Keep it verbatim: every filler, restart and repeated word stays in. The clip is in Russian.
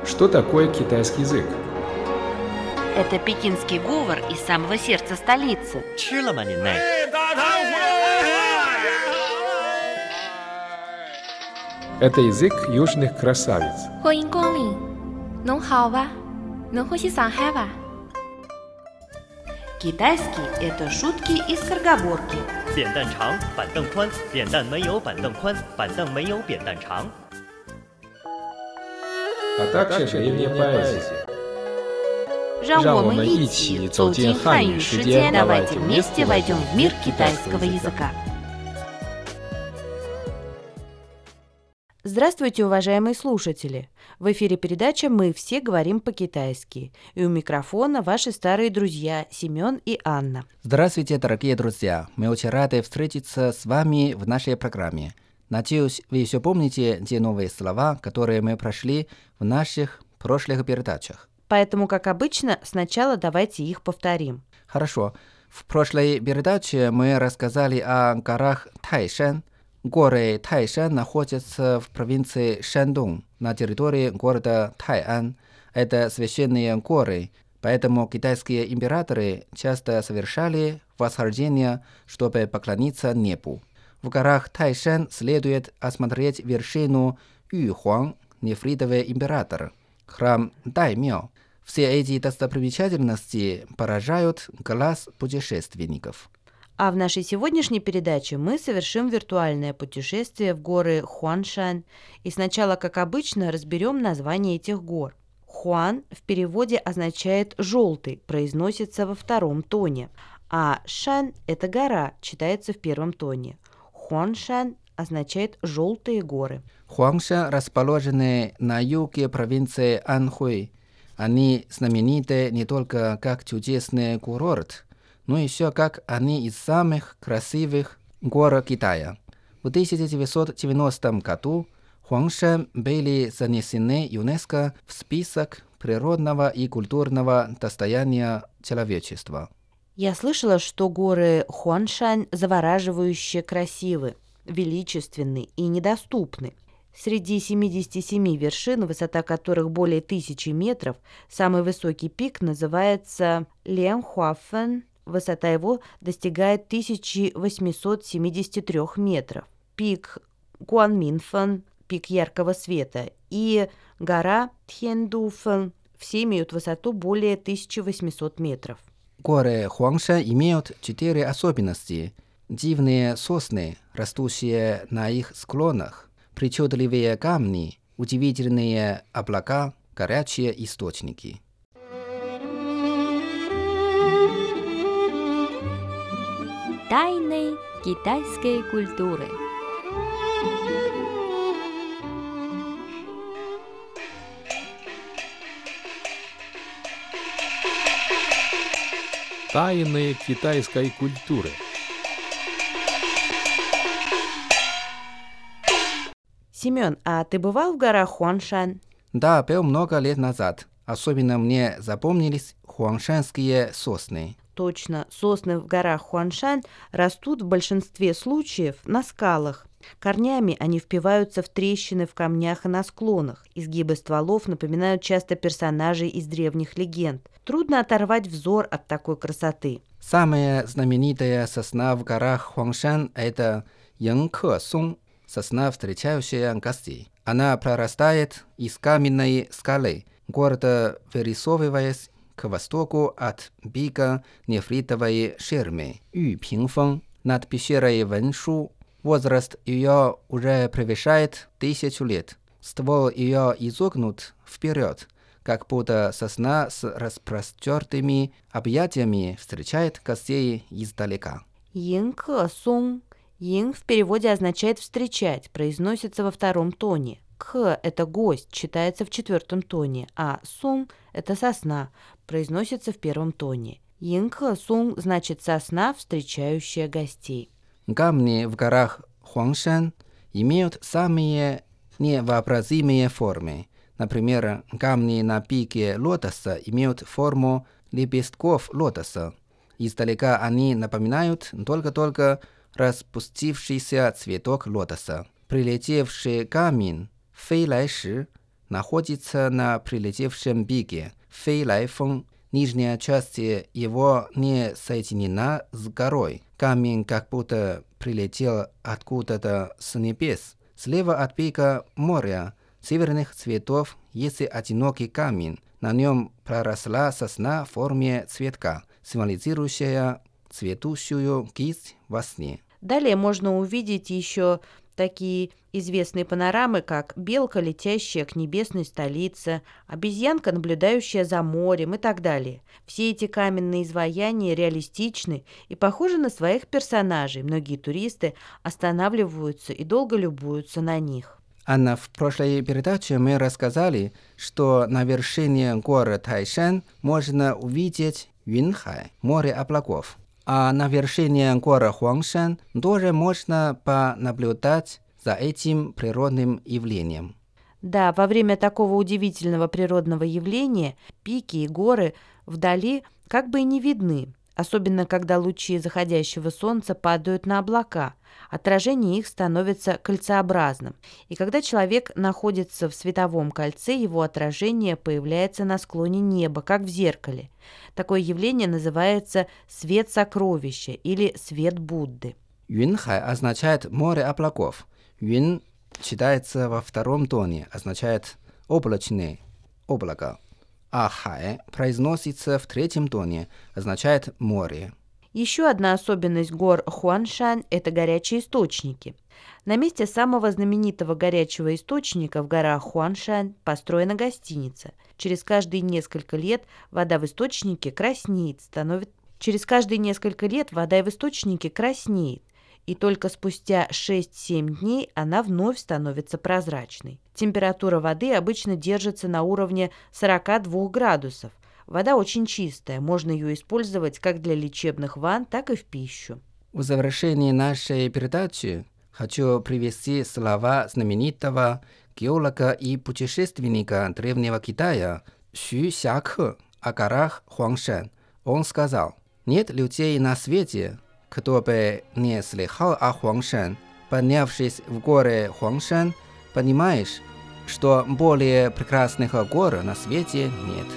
Что такое китайский язык? Это пекинский говор из самого сердца столицы. Это язык южных красавиц. Китайский – это шутки и скороговорки. А также древняя поэзия. 让我们一起走进汉语世界， давайте вместе войдем в мир китайского языка. Здравствуйте, уважаемые слушатели! В эфире передача «Мы все говорим по-китайски». И у микрофона ваши старые друзья Семен и Анна. Здравствуйте, дорогие друзья! Мы очень рады встретиться с вами в нашей программе. Надеюсь, вы еще помните те новые слова, которые мы прошли в наших прошлых передачах. Поэтому, как обычно, сначала давайте их повторим. Хорошо. В прошлой передаче мы рассказали о горах Тайшан. Горы Тайшан находятся в провинции Шандун, на территории города Тайан. Это священные горы, поэтому китайские императоры часто совершали восхождение, чтобы поклониться небу. В горах Тайшан следует осмотреть вершину Юхуан, нефритовый император, храм Даймё. Все эти достопримечательности поражают глаз путешественников. А в нашей сегодняшней передаче мы совершим виртуальное путешествие в горы Хуаншань. И сначала, как обычно, разберем название этих гор. Хуан в переводе означает «желтый», произносится во втором тоне. А Шань – это гора, читается в первом тоне. Хуаншань означает «желтые горы». Хуаншань расположены на юге провинции Анхуй. Они знамениты не только как чудесный курорт, но еще как одни из самых красивых гор Китая. В тысяча девятьсот девяностом году Хуаншань были занесены ЮНЕСКО в список природного и культурного достояния человечества. Я слышала, что горы Хуаншань завораживающе красивы, величественны и недоступны. Среди семидесяти семи вершин, высота которых более тысячи метров, самый высокий пик называется Лянхуафэн. Высота его достигает тысяча восемьсот семьдесят три метров. Пик Гуанминфэн, пик яркого света, и гора Тхендуфэн все имеют высоту более тысячи восьмисот метров. Горы Хуаншань имеют четыре особенности. Дивные сосны, растущие на их склонах, причудливые камни, удивительные облака, горячие источники. Тайны китайской культуры. Тайны китайской культуры. Семен, а ты бывал в горах Хуаншань? Да, был много лет назад. Особенно мне запомнились хуаншанские сосны. Точно, сосны в горах Хуаншань растут в большинстве случаев на скалах. Корнями они впиваются в трещины в камнях и на склонах. Изгибы стволов напоминают часто персонажей из древних легенд. Трудно оторвать взор от такой красоты. Самая знаменитая сосна в горах Хуаншань – это Янке-сун, сосна, встречающая гостей. Она прорастает из каменной скалы, гордо вырисовываясь к востоку от пика нефритовой ширмы Юпингфэн над пещерой Вэншу. Возраст ее уже превышает тысячу лет. Ствол ее изогнут вперед, как будто сосна с распростертыми объятиями встречает гостей издалека. Янке-сун. Ин в переводе означает «встречать», произносится во втором тоне. К – это гость, читается в четвертом тоне, а сун – это сосна, произносится в первом тоне. Янке-сун значит «сосна, встречающая гостей». Камни в горах Хуаншань имеют самые невообразимые формы. Например, камни на пике лотоса имеют форму лепестков лотоса. Издалека они напоминают только-только распустившийся цветок лотоса. Прилетевший камень Фэйлайши находится на прилетевшем биге Фэйлайфэн. Нижняя часть его не соединена с горой. Камень как будто прилетел откуда-то с небес. Слева от берега моря северных цветов есть одинокий камень. На нем проросла сосна в форме цветка, символизирующая цветущую кисть во сне. Далее можно увидеть еще такие известные панорамы, как белка, летящая к небесной столице, обезьянка, наблюдающая за морем и так далее. Все эти каменные изваяния реалистичны и похожи на своих персонажей. Многие туристы останавливаются и долго любуются на них. Анна, в прошлой передаче мы рассказали, что на вершине горы Тайшань можно увидеть Юнхай, море облаков. А на вершине горы Хуангшань тоже можно понаблюдать за этим природным явлением. Да, во время такого удивительного природного явления пики и горы вдали как бы и не видны, особенно когда лучи заходящего солнца падают на облака. Отражение их становится кольцеобразным. И когда человек находится в световом кольце, его отражение появляется на склоне неба, как в зеркале. Такое явление называется свет сокровища или свет Будды. Юнхай означает море облаков. Юн читается во втором тоне, означает облачный, облако. А хай произносится в третьем тоне, означает море. Еще одна особенность гор Хуаншань – это горячие источники. На месте самого знаменитого горячего источника в горах Хуаншань построена гостиница. Через каждые несколько лет вода в источнике краснеет, становится... Через каждые несколько лет вода в источнике краснеет, и только спустя шесть-семь дней она вновь становится прозрачной. Температура воды обычно держится на уровне сорок два градусов. Вода очень чистая, можно ее использовать как для лечебных ванн, так и в пищу. В завершении нашей передачи хочу привести слова знаменитого геолога и путешественника Древнего Китая Xu Xiake о горах Хуаншань. Он сказал: «Нет людей на свете, кто бы не слыхал о Хуаншань. Поднявшись в горы Хуаншань, понимаешь, что более прекрасных гор на свете нет».